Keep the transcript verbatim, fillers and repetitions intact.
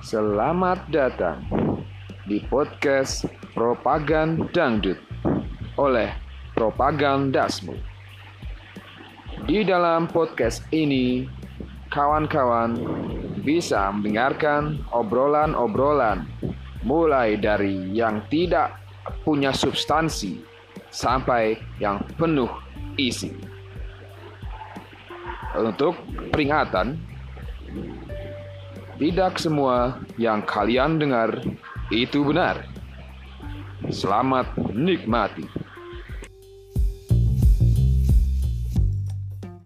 Selamat datang di podcast Propagan Dangdut oleh Propagandasmu. Di dalam podcast ini, kawan-kawan bisa mendengarkan obrolan-obrolan mulai dari yang tidak punya substansi sampai yang penuh isi. Untuk peringatan, tidak semua yang kalian dengar itu benar. Selamat menikmati.